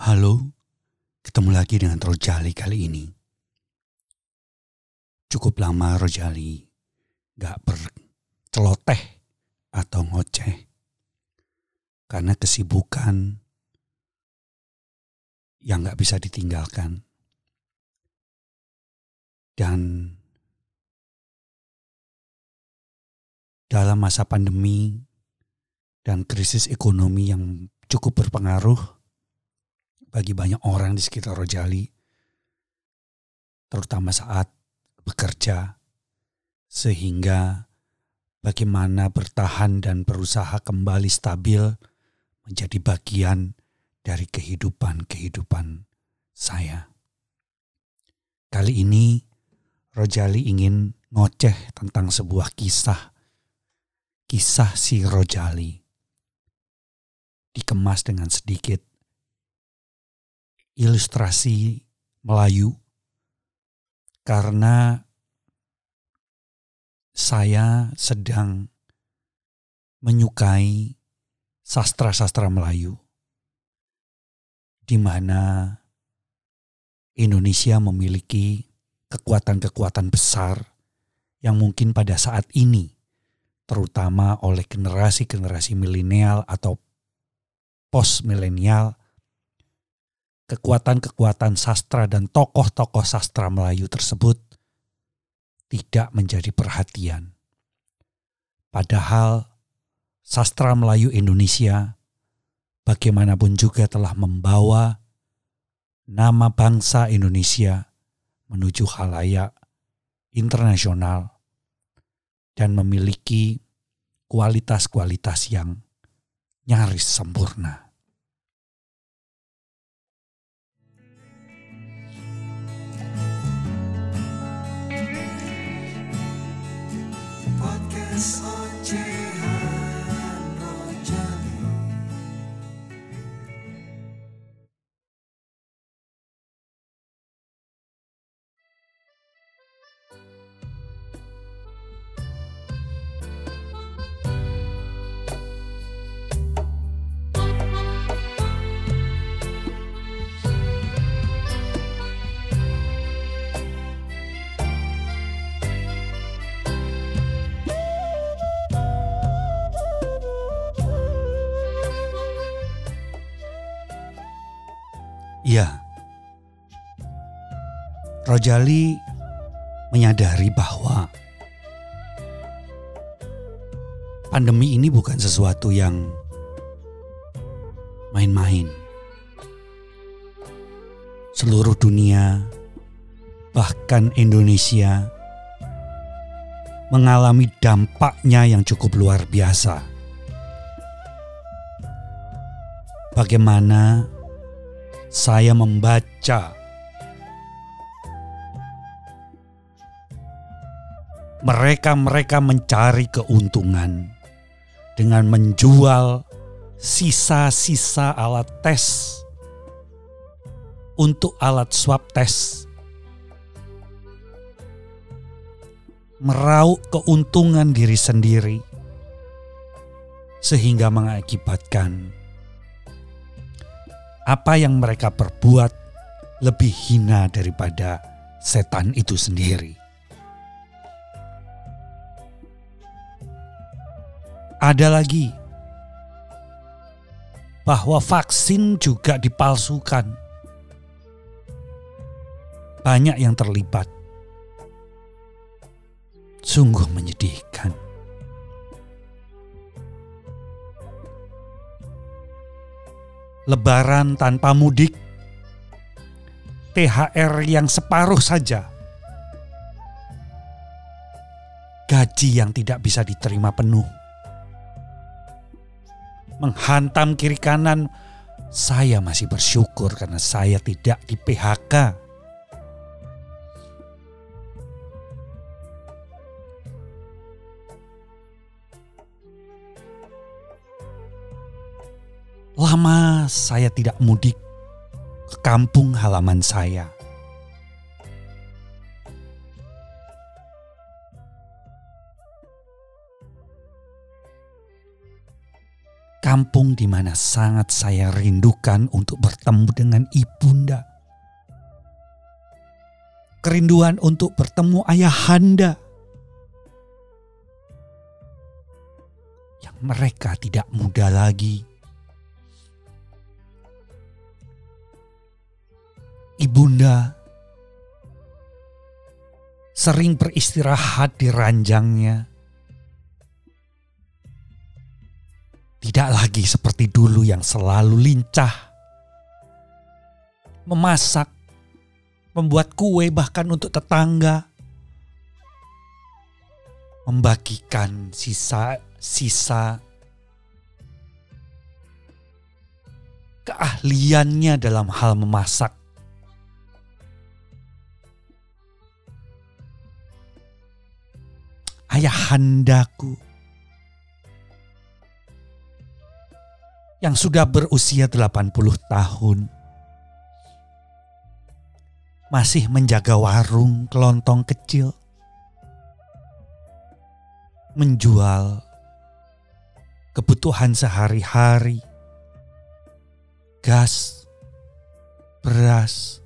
Halo, ketemu lagi dengan Rojali kali ini. Cukup lama Rojali gak berceloteh atau ngoceh. Karena kesibukan yang gak bisa ditinggalkan. Dan dalam masa pandemi dan krisis ekonomi yang cukup berpengaruh bagi banyak orang di sekitar Rojali, terutama saat bekerja, sehingga bagaimana bertahan dan berusaha kembali stabil menjadi bagian dari kehidupan saya. Kali ini Rojali ingin ngoceh tentang sebuah kisah si Rojali, dikemas dengan sedikit ilustrasi Melayu, karena saya sedang menyukai sastra-sastra Melayu, di mana Indonesia memiliki kekuatan-kekuatan besar yang mungkin pada saat ini, terutama oleh generasi-generasi milenial atau post-milenial, kekuatan-kekuatan sastra dan tokoh-tokoh sastra Melayu tersebut tidak menjadi perhatian. Padahal sastra Melayu Indonesia bagaimanapun juga telah membawa nama bangsa Indonesia menuju khalayak internasional dan memiliki kualitas-kualitas yang nyaris sempurna. Podcast Ocehan Rojali. Ya, Rojali menyadari bahwa pandemi ini bukan sesuatu yang main-main. Seluruh dunia, bahkan Indonesia, mengalami dampaknya yang cukup luar biasa. Bagaimana saya membaca mereka mencari keuntungan dengan menjual sisa-sisa alat tes untuk alat swab tes, meraup keuntungan diri sendiri sehingga mengakibatkan apa yang mereka perbuat lebih hina daripada setan itu sendiri. Ada lagi bahwa vaksin juga dipalsukan. Banyak yang terlibat. Sungguh menyedihkan. Lebaran tanpa mudik, THR yang separuh saja, gaji yang tidak bisa diterima penuh, menghantam kiri kanan. Saya masih bersyukur karena saya tidak di PHK. Lama saya tidak mudik ke kampung halaman saya. Kampung di mana sangat saya rindukan untuk bertemu dengan ibunda. Kerinduan untuk bertemu ayahanda. Yang mereka tidak muda lagi. Ibunda sering beristirahat di ranjangnya. Tidak lagi seperti dulu yang selalu lincah. Memasak, membuat kue bahkan untuk tetangga. Membagikan sisa-sisa keahliannya dalam hal memasak. Ayahandaku yang sudah berusia 80 tahun masih menjaga warung kelontong kecil, menjual kebutuhan sehari-hari, gas, beras,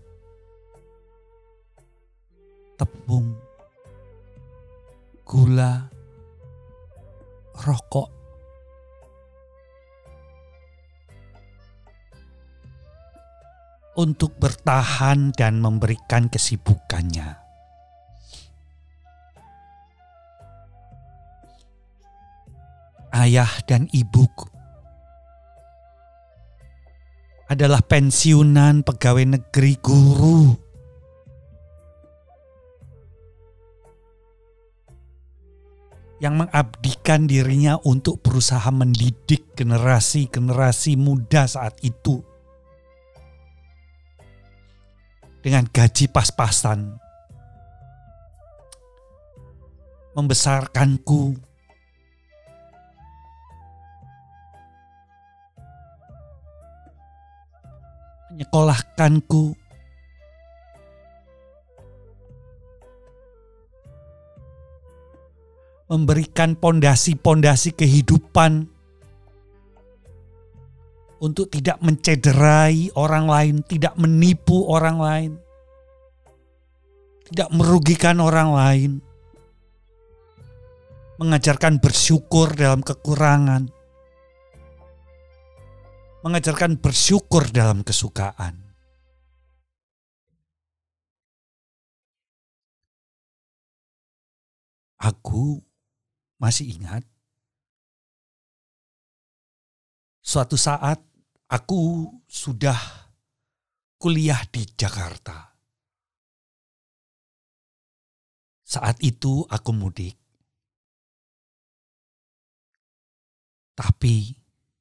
tepung, gula, rokok. Untuk bertahan dan memberikan kesibukannya. Ayah dan ibuku adalah pensiunan pegawai negeri guru. Yang mengabdikan dirinya untuk berusaha mendidik generasi-generasi muda saat itu. Dengan gaji pas-pasan. Membesarkanku. Menyekolahkanku. Memberikan pondasi-pondasi kehidupan. Untuk tidak mencederai orang lain, tidak menipu orang lain, tidak merugikan orang lain, mengajarkan bersyukur dalam kekurangan, mengajarkan bersyukur dalam kesukaan. Aku masih ingat suatu saat aku sudah kuliah di Jakarta. Saat itu aku mudik. Tapi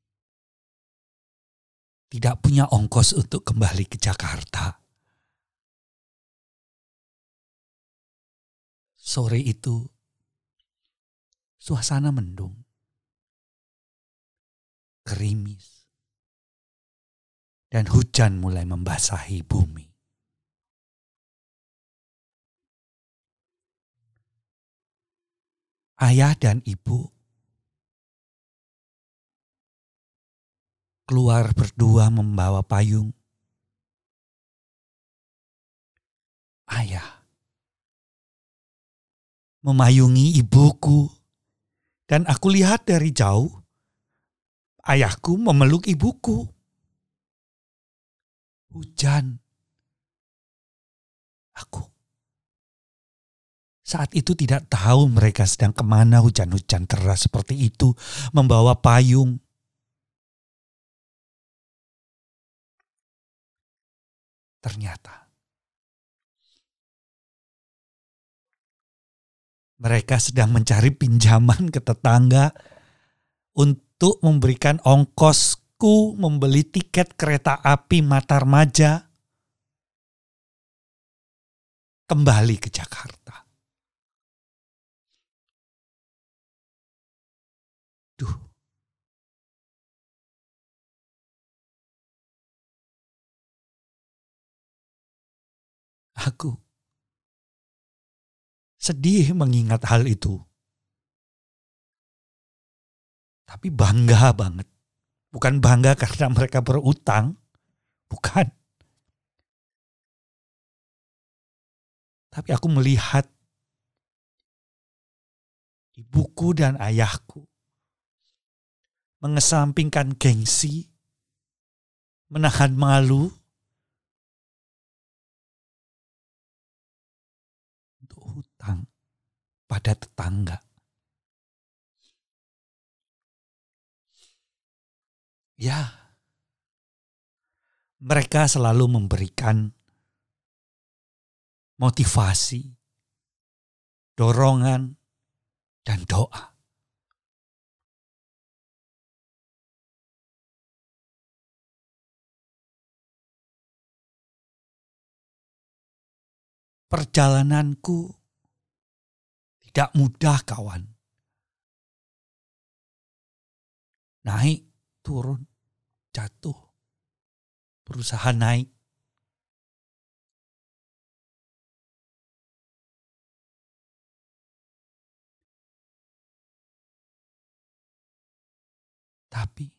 tidak punya ongkos untuk kembali ke Jakarta. Sore itu suasana mendung. Gerimis. Dan hujan mulai membasahi bumi. Ayah dan ibu keluar berdua membawa payung. Ayah memayungi ibuku dan aku lihat dari jauh ayahku memeluk ibuku. Hujan. Aku saat itu tidak tahu mereka sedang kemana hujan-hujan deras seperti itu membawa payung. Ternyata mereka sedang mencari pinjaman ke tetangga untuk memberikan ongkosku membeli tiket kereta api Matarmaja kembali ke Jakarta. Duh. Aku sedih mengingat hal itu. Tapi bangga banget Bukan bangga karena mereka berutang, bukan. Tapi aku melihat ibuku dan ayahku mengesampingkan gengsi, menahan malu untuk hutang pada tetangga. Ya, mereka selalu memberikan motivasi, dorongan, dan doa. Perjalananku tidak mudah, kawan. Naik, turun, jatuh, berusaha naik. Tapi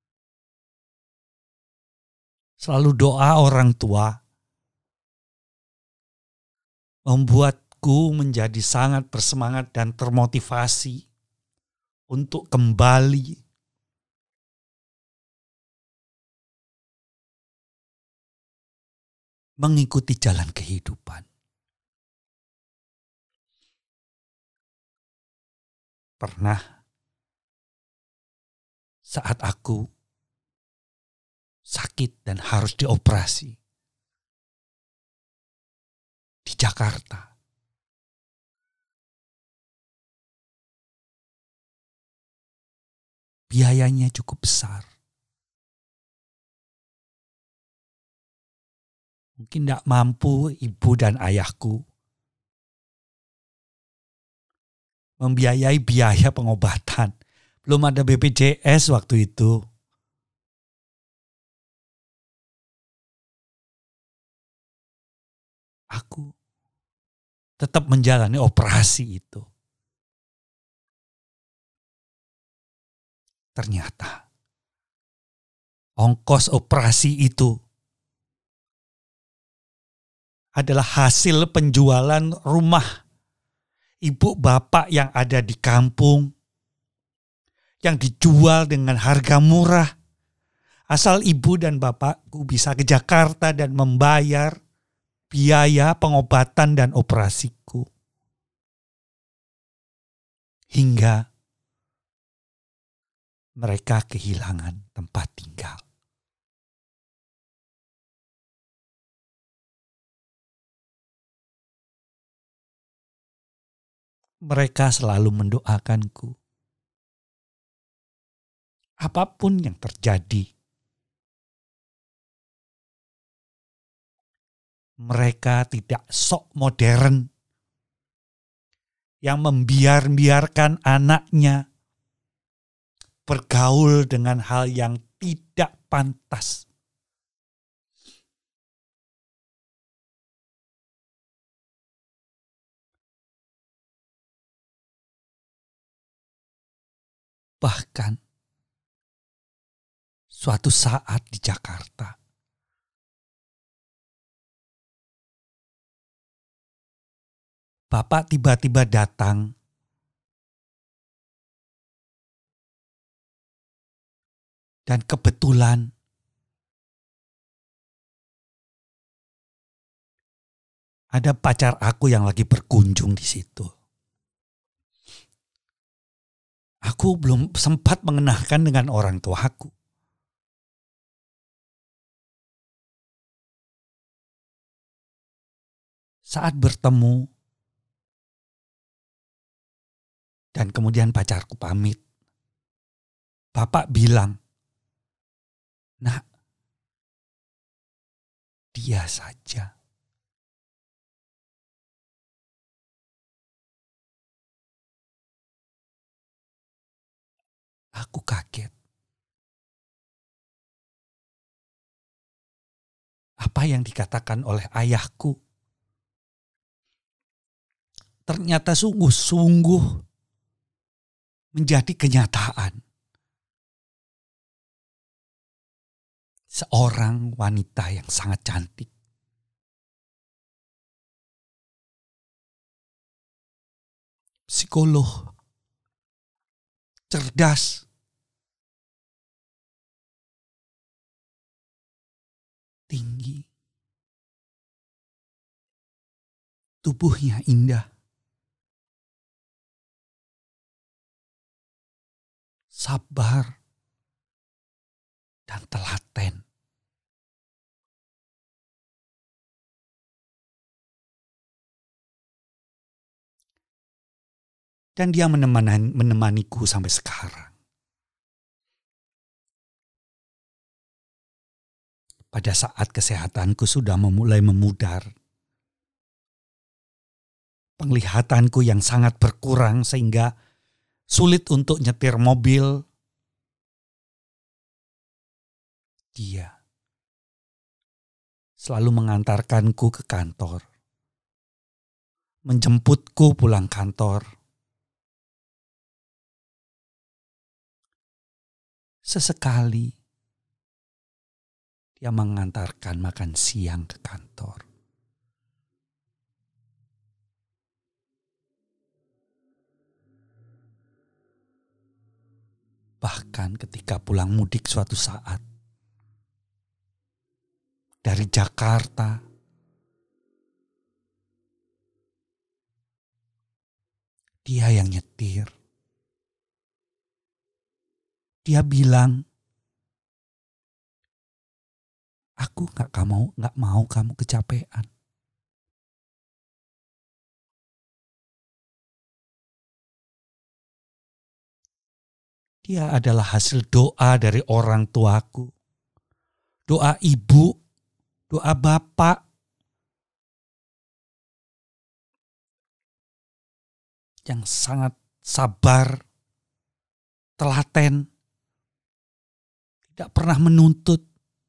selalu doa orang tua membuatku menjadi sangat bersemangat dan termotivasi untuk kembali mengikuti jalan kehidupan. Pernah saat aku sakit dan harus dioperasi di Jakarta. Biayanya cukup besar. Mungkin tidak mampu ibu dan ayahku membiayai biaya pengobatan. Belum ada BPJS waktu itu. Aku tetap menjalani operasi itu. Ternyata ongkos operasi itu adalah hasil penjualan rumah ibu bapak yang ada di kampung, yang dijual dengan harga murah. Asal ibu dan bapakku bisa ke Jakarta dan membayar biaya pengobatan dan operasiku. Hingga mereka kehilangan tempat tinggal. Mereka selalu mendoakanku. Apapun yang terjadi, mereka tidak sok modern yang membiarkan anaknya bergaul dengan hal yang tidak pantas. Bahkan suatu saat di Jakarta, bapak tiba-tiba datang dan kebetulan ada pacar aku yang lagi berkunjung di situ. Aku belum sempat mengenalkan dengan orang tuaku. Saat bertemu dan kemudian pacarku pamit, bapak bilang, "Nak, dia saja." Aku kaget. Apa yang dikatakan oleh ayahku ternyata sungguh-sungguh menjadi kenyataan. seorang wanita yang sangat cantik. Psikolog, cerdas, tinggi, tubuhnya indah, sabar, dan telaten. Dan dia menemaniku sampai sekarang. Pada saat kesehatanku sudah mulai memudar, penglihatanku yang sangat berkurang sehingga sulit untuk nyetir mobil, dia selalu mengantarkanku ke kantor, menjemputku pulang kantor. Sesekali dia mengantarkan makan siang ke kantor. Bahkan ketika pulang mudik suatu saat dari Jakarta, dia yang nyetir. Dia bilang, aku nggak mau kamu kecapean. Dia adalah hasil doa dari orang tuaku, doa ibu, doa bapak, yang sangat sabar, telaten, tidak pernah menuntut.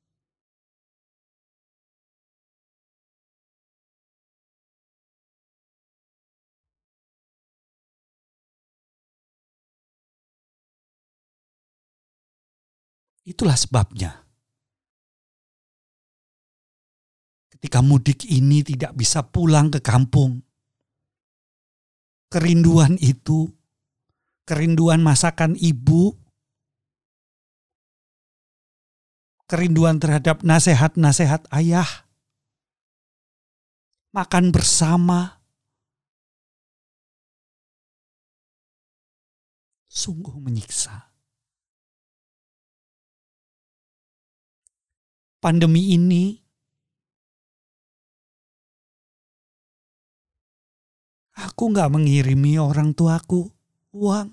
Itulah sebabnya ketika mudik ini tidak bisa pulang ke kampung, kerinduan itu, kerinduan masakan ibu, kerinduan terhadap nasihat-nasihat ayah, makan bersama, sungguh menyiksa. Pandemi ini aku gak mengirimi orang tuaku uang.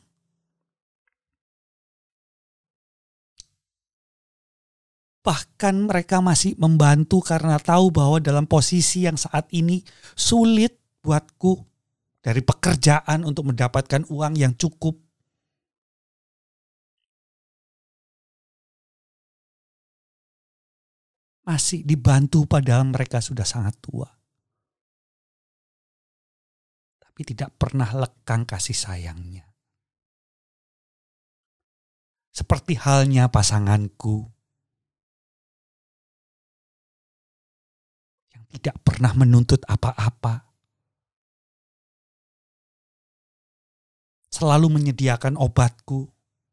Bahkan mereka masih membantu karena tahu bahwa dalam posisi yang saat ini sulit buatku dari pekerjaan untuk mendapatkan uang yang cukup. Masih dibantu padahal mereka sudah sangat tua. Tapi tidak pernah lekang kasih sayangnya. Seperti halnya pasanganku yang tidak pernah menuntut apa-apa. Selalu menyediakan obatku.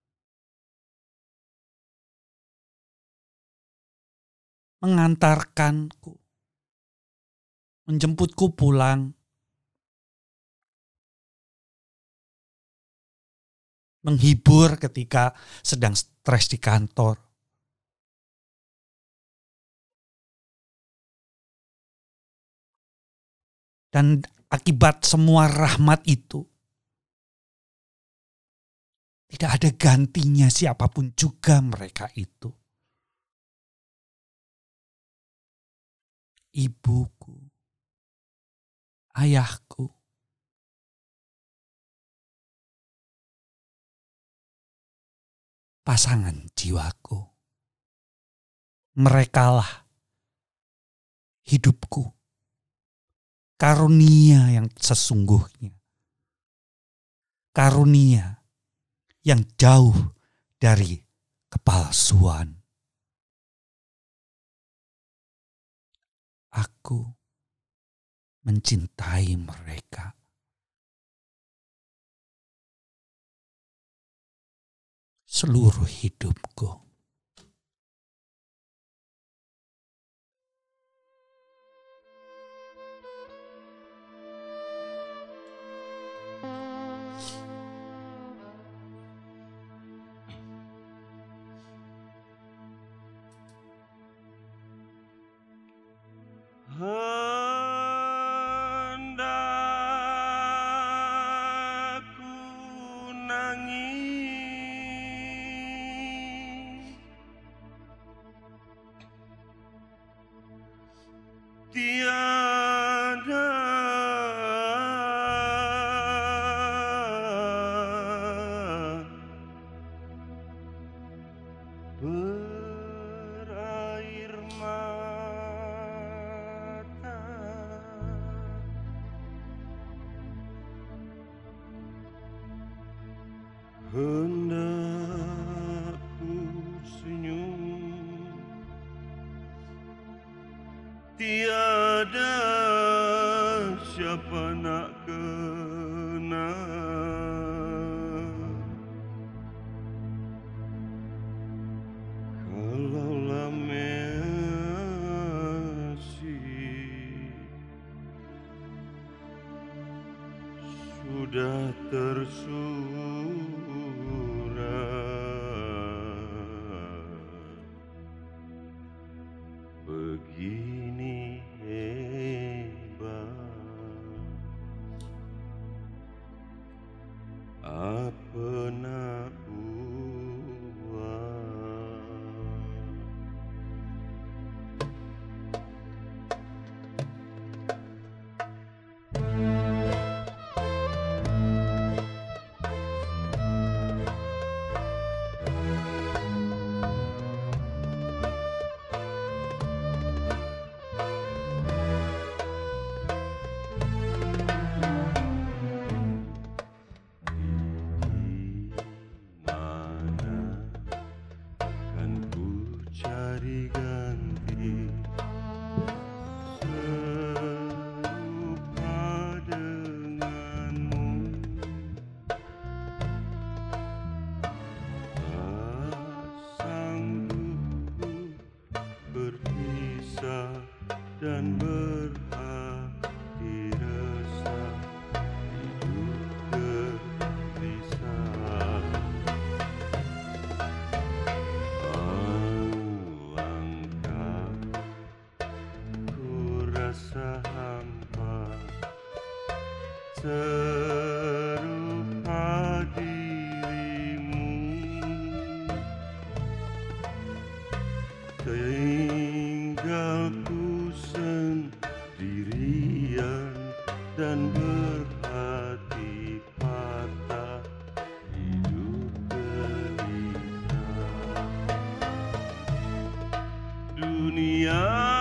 Mengantarkanku. Menjemputku pulang. Menghibur ketika sedang stres di kantor. Dan akibat semua rahmat itu, tidak ada gantinya siapapun juga mereka itu. Ibuku, ayahku, pasangan jiwaku. Merekalah hidupku, karunia yang sesungguhnya. Karunia yang jauh dari kepalsuan. Aku mencintai mereka. Seluruh hidupku. Hendak ku nangis, tiada berair mata. Hendak ku senyum, tiada siapa nak kenal. Kalaulah masih sudah tersurat, begini hebat apa nak buat. Mana kan ku cari ganti serupa denganmu. Tak sanggup ku berpisah dan berhati resah, hidup gelisah. Alangkah ku rasa hampa, serupa dirimu. Tinggalku sendirian dan berhati patah, hidup gelisah. Dunia